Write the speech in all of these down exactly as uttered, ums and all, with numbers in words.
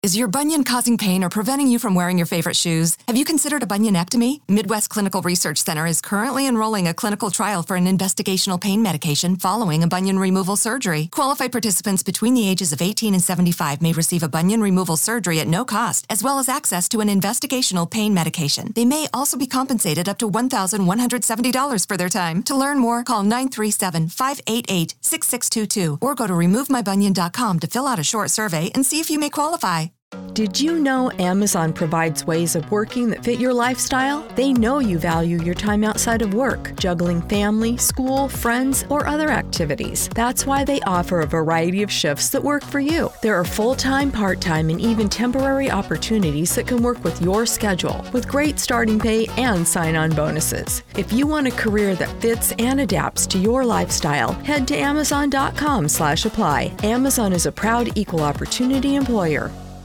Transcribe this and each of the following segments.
Is your bunion causing pain or preventing you from wearing your favorite shoes? Have you considered a bunionectomy? Midwest Clinical Research Center is currently enrolling a clinical trial for an investigational pain medication following a bunion removal surgery. Qualified participants between the ages of eighteen and seventy-five may receive a bunion removal surgery at no cost, as well as access to an investigational pain medication. They may also be compensated up to one thousand one hundred seventy dollars for their time. To learn more, call nine three seven, five eight eight, six six two two or go to remove my bunion dot com to fill out a short survey and see if you may qualify. Did you know Amazon provides ways of working that fit your lifestyle? They know you value your time outside of work, juggling family, school, friends, or other activities. That's why they offer a variety of shifts that work for you. There are full-time, part-time, and even temporary opportunities that can work with your schedule, with great starting pay and sign-on bonuses. If you want a career that fits and adapts to your lifestyle, head to amazon dot com slash apply. Amazon is a proud equal opportunity employer.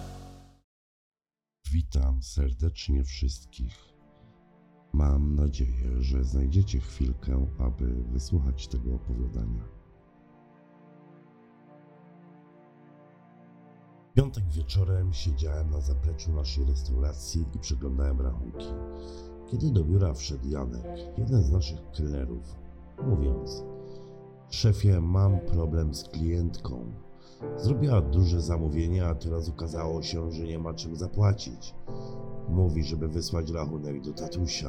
Witam serdecznie wszystkich. Mam nadzieję, że znajdziecie chwilkę, aby wysłuchać tego opowiadania. W piątek wieczorem siedziałem na zapleczu naszej restauracji i przeglądałem rachunki, kiedy do biura wszedł Janek, jeden z naszych kelnerów, mówiąc: szefie, mam problem z klientką. Zrobiła duże zamówienie, a teraz okazało się, że nie ma czym zapłacić. Mówi, żeby wysłać rachunek do tatusia.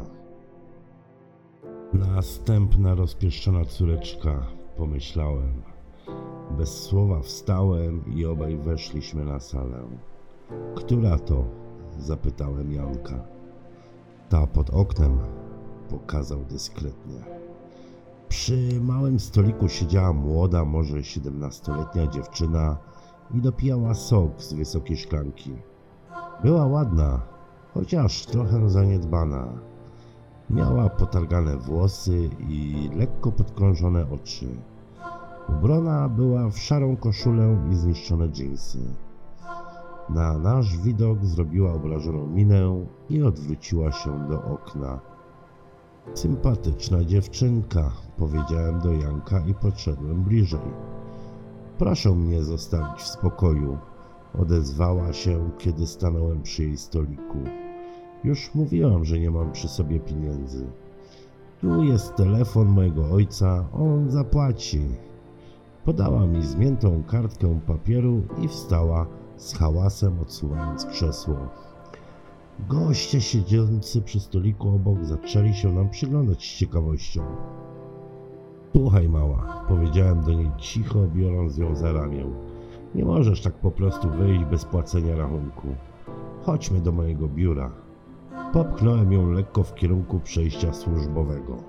Następna rozpieszczona córeczka, pomyślałem. Bez słowa wstałem i obaj weszliśmy na salę. Która to? Zapytałem Janka. Ta pod oknem, pokazał dyskretnie. Przy małym stoliku siedziała młoda, może siedemnastoletnia dziewczyna i dopijała sok z wysokiej szklanki. Była ładna, chociaż trochę zaniedbana. Miała potargane włosy i lekko podkrążone oczy. Ubrana była w szarą koszulę i zniszczone dżinsy. Na nasz widok zrobiła obrażoną minę i odwróciła się do okna. Sympatyczna dziewczynka, powiedziałem do Janka i podszedłem bliżej. Proszę mnie zostawić w spokoju, odezwała się, kiedy stanąłem przy jej stoliku. Już mówiłam, że nie mam przy sobie pieniędzy. Tu jest telefon mojego ojca, on zapłaci. Podała mi zmiętą kartkę papieru i wstała z hałasem, odsuwając krzesło. Goście siedzący przy stoliku obok zaczęli się nam przyglądać z ciekawością. Słuchaj, mała, powiedziałem do niej cicho, biorąc ją za ramię. Nie możesz tak po prostu wyjść bez płacenia rachunku. Chodźmy do mojego biura. Popchnąłem ją lekko w kierunku przejścia służbowego.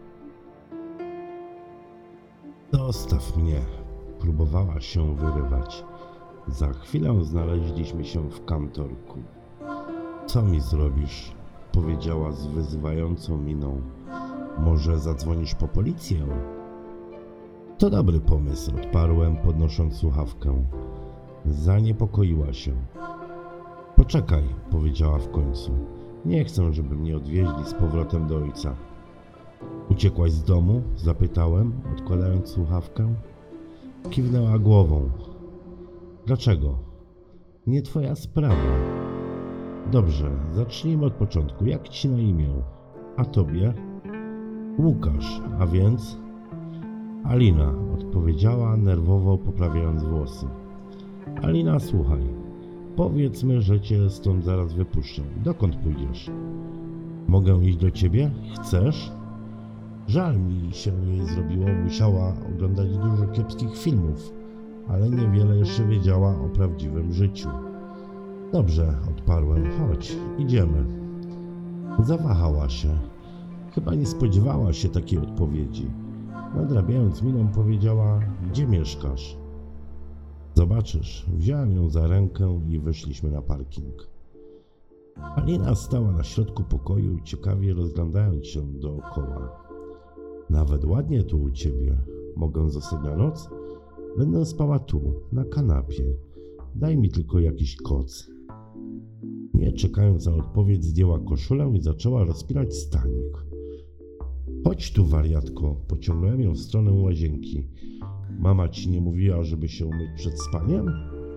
Zostaw mnie, próbowała się wyrywać. Za chwilę znaleźliśmy się w kantorku. Co mi zrobisz? Powiedziała z wyzywającą miną. Może zadzwonisz po policję? To dobry pomysł, odparłem, podnosząc słuchawkę. Zaniepokoiła się. Poczekaj, powiedziała w końcu. Nie chcę, żeby mnie odwieźli z powrotem do ojca. Uciekłaś z domu? Zapytałem, odkładając słuchawkę. Kiwnęła głową. Dlaczego? Nie twoja sprawa. Dobrze, zacznijmy od początku. Jak ci na imię? A tobie? Łukasz, a więc? Alina, odpowiedziała, nerwowo poprawiając włosy. Alina, słuchaj. Powiedzmy, że cię stąd zaraz wypuszczę. Dokąd pójdziesz? Mogę iść do ciebie? Chcesz? Żal mi się jej zrobiło, musiała oglądać dużo kiepskich filmów, ale niewiele jeszcze wiedziała o prawdziwym życiu. Dobrze, odparłem, chodź, idziemy. Zawahała się. Chyba nie spodziewała się takiej odpowiedzi. Nadrabiając miną, powiedziała: gdzie mieszkasz? Zobaczysz. Wziąłem ją za rękę i wyszliśmy na parking. Alina stała na środku pokoju, ciekawie rozglądając się dookoła. Nawet ładnie tu u ciebie. Mogę zostać na noc? Będę spała tu, na kanapie. Daj mi tylko jakiś koc. Nie czekając na odpowiedź, zdjęła koszulę i zaczęła rozpinać stanik. Chodź tu, wariatko, pociągnąłem ją w stronę łazienki. Mama ci nie mówiła, żeby się umyć przed spaniem?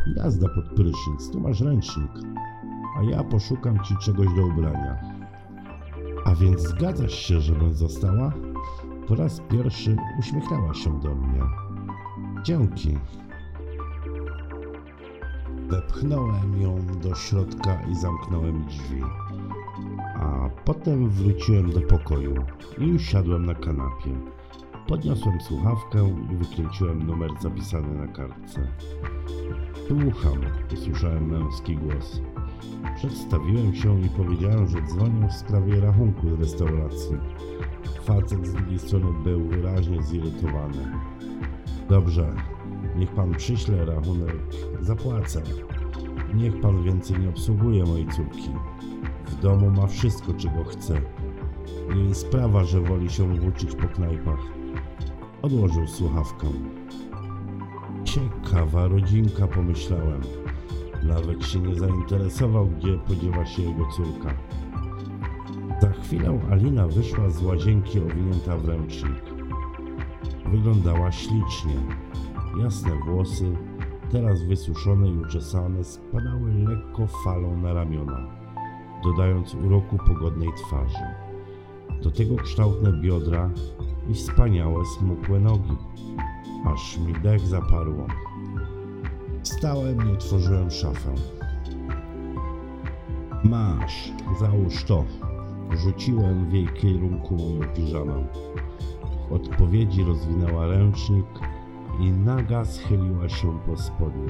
Jazda pod prysznic, tu masz ręcznik, a ja poszukam ci czegoś do ubrania. A więc zgadzasz się, żebym została? Po raz pierwszy uśmiechnęła się do mnie. Dzięki. Wepchnąłem ją do środka i zamknąłem drzwi. A potem wróciłem do pokoju i usiadłem na kanapie. Podniosłem słuchawkę i wykręciłem numer zapisany na kartce. Słucham, usłyszałem męski głos. Przedstawiłem się i powiedziałem, że dzwonię w sprawie rachunku z restauracji. Facet z drugiej strony był wyraźnie zirytowany. Dobrze, niech pan przyśle rachunek, zapłacę. Niech pan więcej nie obsługuje mojej córki. W domu ma wszystko, czego chce. Nie sprawa, że woli się włóczyć po knajpach. Odłożył słuchawkę. Ciekawa rodzinka, pomyślałem. Nawet się nie zainteresował, gdzie podziewa się jego córka. Za chwilę Alina wyszła z łazienki owinięta w ręcznik. Wyglądała ślicznie. Jasne włosy, teraz wysuszone i uczesane, spadały lekko falą na ramiona, dodając uroku pogodnej twarzy. Do tego kształtne biodra i wspaniałe, smukłe nogi. Aż mi dech zaparło. Wstałem i otworzyłem szafę. Masz, załóż to. Rzuciłem w jej kierunku moją piżamę. W odpowiedzi rozwinęła ręcznik i naga schyliła się po spodnie.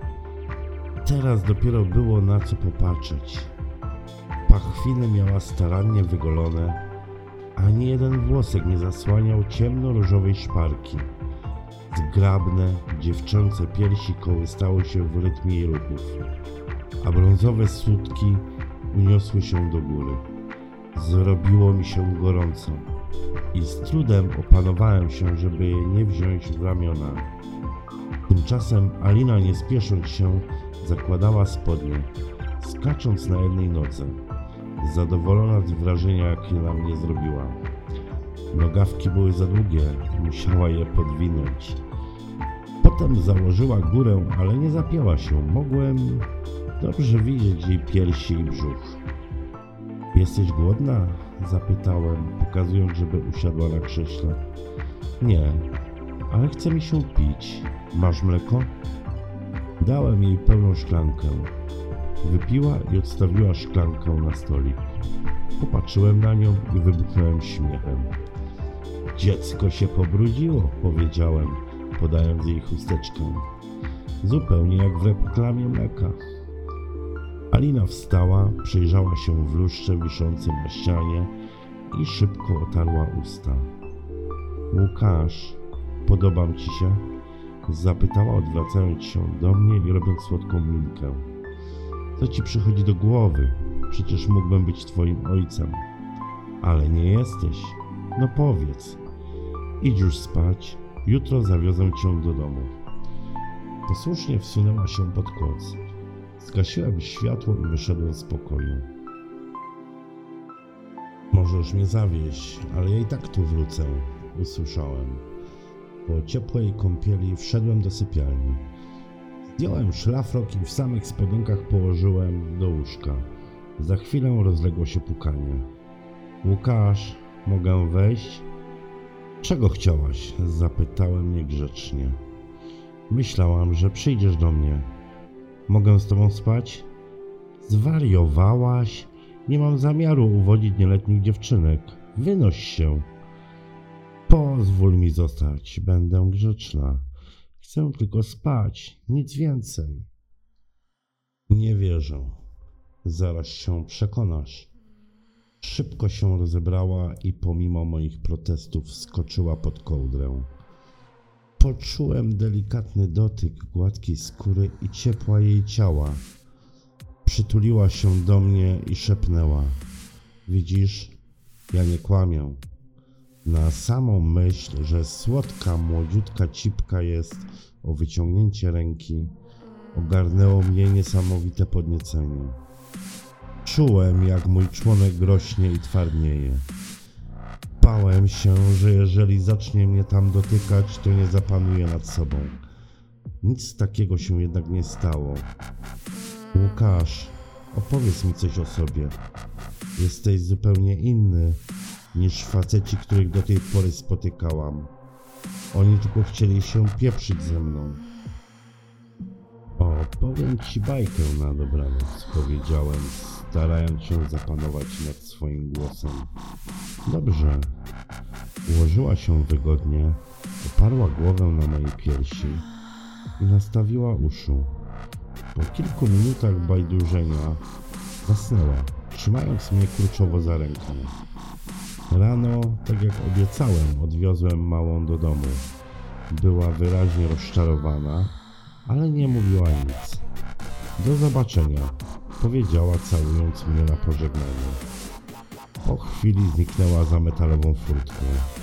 Teraz dopiero było na co popatrzeć. Pachwiny miała starannie wygolone, ani jeden włosek nie zasłaniał ciemno-różowej szparki. Zgrabne, dziewczęce piersi kołystały się w rytmie jej ruchów, a brązowe sutki uniosły się do góry. Zrobiło mi się gorąco i z trudem opanowałem się, żeby jej nie wziąć w ramiona. Tymczasem Alina, nie spiesząc się, zakładała spodnie, skacząc na jednej nodze, zadowolona z wrażenia, jakie na mnie zrobiła. Nogawki były za długie, musiała je podwinąć. Potem założyła górę, ale nie zapięła się. Mogłem dobrze widzieć jej piersi i brzuch. Jesteś głodna? Zapytałem, pokazując, żeby usiadła na krześle. Nie, ale chce mi się pić. Masz mleko? Dałem jej pełną szklankę. Wypiła i odstawiła szklankę na stolik. Popatrzyłem na nią i wybuchnąłem śmiechem. Dziecko się pobrudziło, powiedziałem, podając jej chusteczkę. Zupełnie jak w reklamie mleka. Alina wstała, przyjrzała się w lustrze wiszącym na ścianie i szybko otarła usta. Łukasz, podobam ci się? Zapytała, odwracając się do mnie i robiąc słodką minkę. Co ci przychodzi do głowy? Przecież mógłbym być twoim ojcem. Ale nie jesteś. No powiedz. Idź już spać. Jutro zawiozę cię do domu. Posłusznie wsunęła się pod koc. Zgasiłem światło i wyszedłem z pokoju. Możesz mnie zawieźć, ale ja i tak tu wrócę, usłyszałem. Po ciepłej kąpieli wszedłem do sypialni. Zdjąłem szlafrok i w samych spodenkach położyłem do łóżka. Za chwilę rozległo się pukanie. Łukasz, mogę wejść? Czego chciałaś? Zapytałem niegrzecznie. Myślałam, że przyjdziesz do mnie. Mogę z tobą spać? Zwariowałaś? Nie mam zamiaru uwodzić nieletnich dziewczynek. Wynoś się. Pozwól mi zostać. Będę grzeczna. Chcę tylko spać. Nic więcej. Nie wierzę. Zaraz się przekonasz. Szybko się rozebrała i pomimo moich protestów skoczyła pod kołdrę. Poczułem delikatny dotyk gładkiej skóry i ciepła jej ciała. Przytuliła się do mnie i szepnęła. Widzisz, ja nie kłamię. Na samą myśl, że słodka, młodziutka cipka jest o wyciągnięcie ręki, ogarnęło mnie niesamowite podniecenie. Czułem, jak mój członek rośnie i twardnieje. Bałem się, że jeżeli zacznie mnie tam dotykać, to nie zapanuję nad sobą. Nic takiego się jednak nie stało. Łukasz, opowiedz mi coś o sobie. Jesteś zupełnie inny niż faceci, których do tej pory spotykałam. Oni tylko chcieli się pieprzyć ze mną. Opowiem ci bajkę na dobranoc, powiedziałem, starając się zapanować nad swoim głosem. Dobrze. Ułożyła się wygodnie, oparła głowę na mojej piersi i nastawiła uszu. Po kilku minutach bajdurzenia zasnęła, trzymając mnie kurczowo za rękę. Rano, tak jak obiecałem, odwiozłem małą do domu. Była wyraźnie rozczarowana, ale nie mówiła nic. Do zobaczenia, powiedziała, całując mnie na pożegnanie. Po chwili zniknęła za metalową furtką.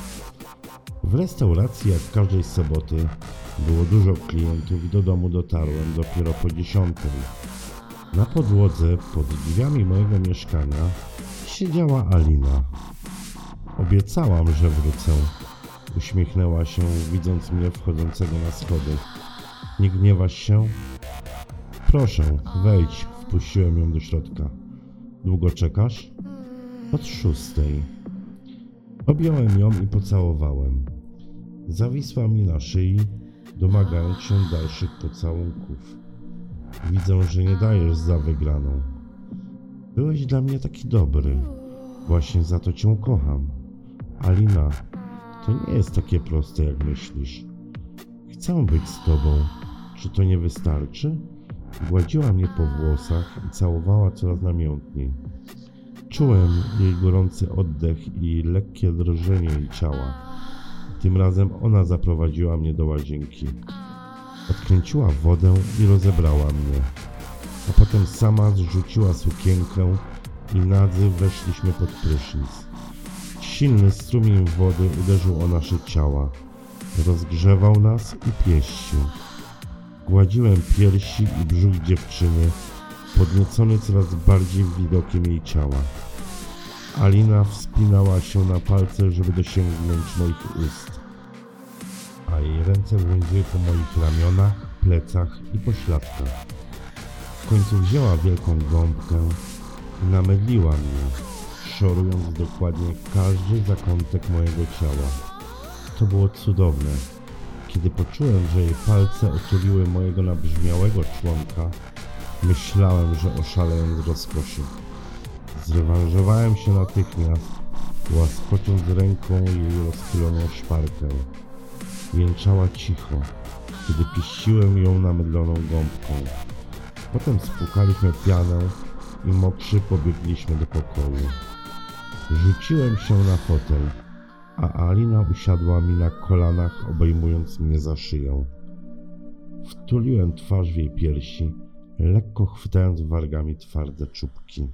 W restauracji, jak każdej soboty, było dużo klientów i do domu dotarłem dopiero po dziesiątej. Na podłodze, pod drzwiami mojego mieszkania, siedziała Alina. Obiecałam, że wrócę. Uśmiechnęła się, widząc mnie wchodzącego na schody. Nie gniewasz się? Proszę, wejdź, wpuściłem ją do środka. Długo czekasz? Od szóstej. Objąłem ją i pocałowałem. Zawisła mi na szyi, domagając się dalszych pocałunków. Widzę, że nie dajesz za wygraną. Byłeś dla mnie taki dobry. Właśnie za to cię kocham. Alina, to nie jest takie proste, jak myślisz. Chcę być z tobą. Czy to nie wystarczy? Gładziła mnie po włosach i całowała coraz namiętniej. Czułem jej gorący oddech i lekkie drżenie jej ciała. Tym razem ona zaprowadziła mnie do łazienki. Odkręciła wodę i rozebrała mnie. A potem sama zrzuciła sukienkę i nadzy weszliśmy pod prysznic. Silny strumień wody uderzył o nasze ciała. Rozgrzewał nas i pieścił. Gładziłem piersi i brzuch dziewczyny, podniecony coraz bardziej widokiem jej ciała. Alina wspinała się na palce, żeby dosięgnąć moich ust, a jej ręce błądziły po moich ramionach, plecach i pośladkach. W końcu wzięła wielką gąbkę i namydliła mnie, szorując dokładnie każdy zakątek mojego ciała. To było cudowne. Kiedy poczułem, że jej palce otuliły mojego nabrzmiałego członka, myślałem, że oszaleję z rozkoszy. Zrewanżowałem się natychmiast, łaskocąc ręką jej rozchyloną szparkę. Jęczała cicho, kiedy pieściłem ją namydloną gąbką. Potem spłukaliśmy pianę i mokrzy pobiegliśmy do pokoju. Rzuciłem się na fotel, a Alina usiadła mi na kolanach, obejmując mnie za szyję. Wtuliłem twarz w jej piersi, lekko chwytając wargami twarde czubki.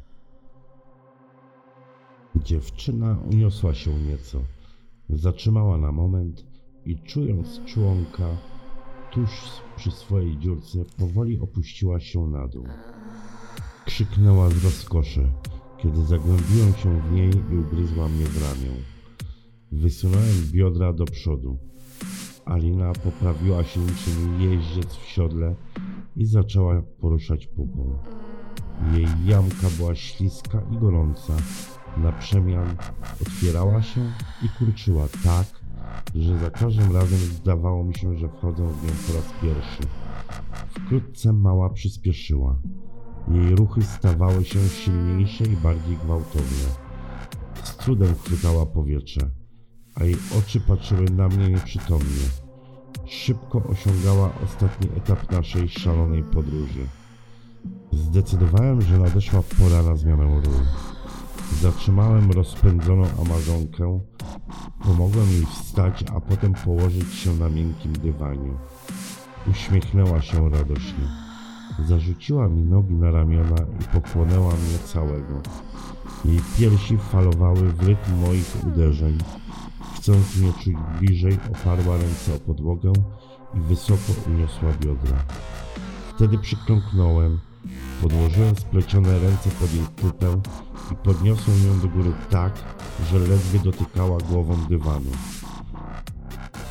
Dziewczyna uniosła się nieco, zatrzymała na moment i czując członka tuż przy swojej dziurce, powoli opuściła się na dół. Krzyknęła z rozkoszy, kiedy zagłębiłem się w niej i ugryzła mnie w ramię. Wysunąłem biodra do przodu. Alina poprawiła się niczym jeździec w siodle i zaczęła poruszać pupą. Jej jamka była śliska i gorąca. Na przemian otwierała się i kurczyła tak, że za każdym razem zdawało mi się, że wchodzę w nią po raz pierwszy. Wkrótce mała przyspieszyła. Jej ruchy stawały się silniejsze i bardziej gwałtowne. Z trudem chwytała powietrze, a jej oczy patrzyły na mnie nieprzytomnie. Szybko osiągała ostatni etap naszej szalonej podróży. Zdecydowałem, że nadeszła pora na zmianę ról. Zatrzymałem rozpędzoną Amazonkę, pomogłem jej wstać, a potem położyć się na miękkim dywanie. Uśmiechnęła się radośnie. Zarzuciła mi nogi na ramiona i pochłonęła mnie całego. Jej piersi falowały w rytm moich uderzeń. Chcąc mnie czuć bliżej, oparła ręce o podłogę i wysoko uniosła biodra. Wtedy przykląknąłem, podłożyłem splecione ręce pod jej pupę i podniosłem ją do góry tak, że ledwie dotykała głową dywanu.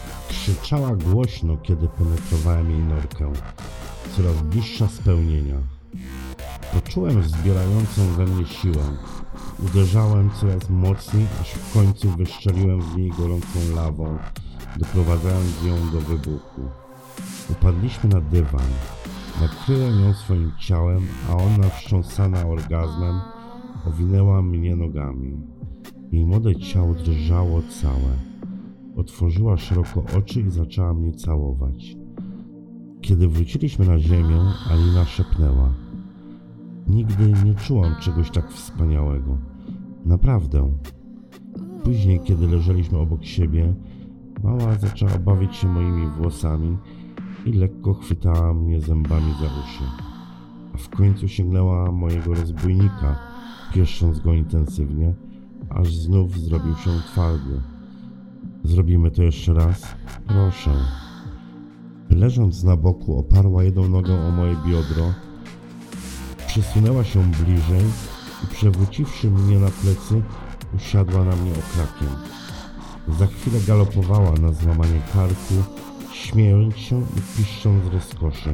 krzyczała głośno, kiedy penetrowałem jej norkę, coraz bliższa spełnienia. Poczułem wzbierającą we mnie siłę. Uderzałem coraz mocniej, aż w końcu wyszczeliłem w niej gorącą lawą, doprowadzając ją do wybuchu. Upadliśmy na dywan. Nakryłem ją swoim ciałem, a ona, wstrząsana orgazmem, owinęła mnie nogami. Jej młode ciało drżało całe. Otworzyła szeroko oczy i zaczęła mnie całować. Kiedy wróciliśmy na ziemię, Alina szepnęła: nigdy nie czułam czegoś tak wspaniałego. Naprawdę. Później, kiedy leżeliśmy obok siebie, mała zaczęła bawić się moimi włosami i lekko chwytała mnie zębami za uszy. A w końcu sięgnęła mojego rozbójnika, pieszcząc go intensywnie, aż znów zrobił się twardy. Zrobimy to jeszcze raz? Proszę. Leżąc na boku, oparła jedną nogę o moje biodro, przesunęła się bliżej i przewróciwszy mnie na plecy, usiadła na mnie okrakiem. Za chwilę galopowała na złamanie karku, śmiejąc się i piszcząc z rozkoszy.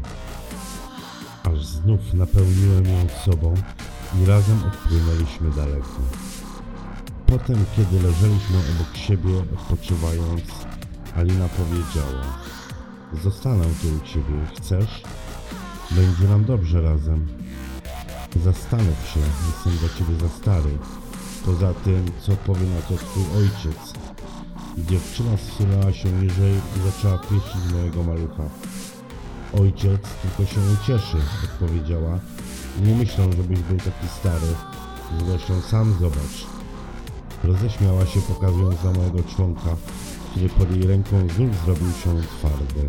Aż znów napełniłem ją sobą i razem odpłynęliśmy daleko. Potem, kiedy leżeliśmy obok siebie, odpoczywając, Alina powiedziała: zostanę tu u ciebie, chcesz? Będzie nam dobrze razem. Zastanów się, jestem dla ciebie za stary. Poza tym, co powie na to twój ojciec? Dziewczyna zsunęła się niżej i zaczęła pieścić mojego malucha. Ojciec tylko się ucieszy, odpowiedziała. Nie myślę, żebyś był taki stary. Zresztą sam zobacz. Roześmiała się, pokazując na mojego członka, który pod jej ręką znów zrobił się twardy.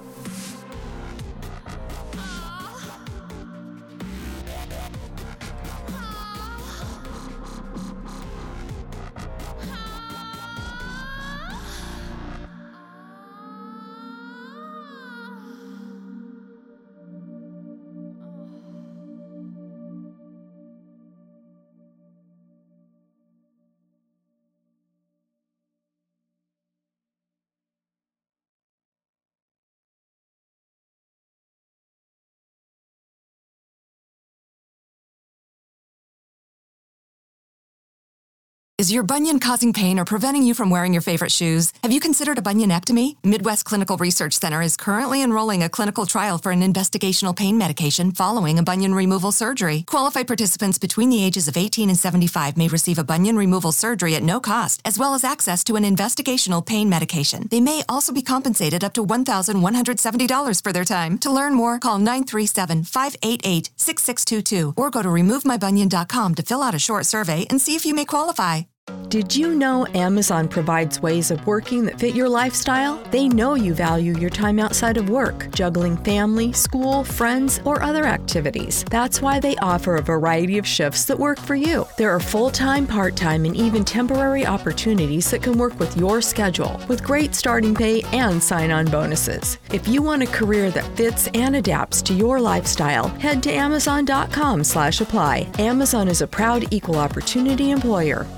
Is your bunion causing pain or preventing you from wearing your favorite shoes? Have you considered a bunionectomy? Midwest Clinical Research Center is currently enrolling a clinical trial for an investigational pain medication following a bunion removal surgery. Qualified participants between the ages of eighteen and seventy-five may receive a bunion removal surgery at no cost, as well as access to an investigational pain medication. They may also be compensated up to one thousand one hundred seventy dollars for their time. To learn more, call nine three seven, five eight eight, six six two two or go to remove my bunion dot com to fill out a short survey and see if you may qualify. Did you know Amazon provides ways of working that fit your lifestyle? They know you value your time outside of work, juggling family, school, friends, or other activities. That's why they offer a variety of shifts that work for you. There are full-time, part-time, and even temporary opportunities that can work with your schedule, with great starting pay and sign-on bonuses. If you want a career that fits and adapts to your lifestyle, head to amazon dot com slash apply. Amazon is a proud equal opportunity employer.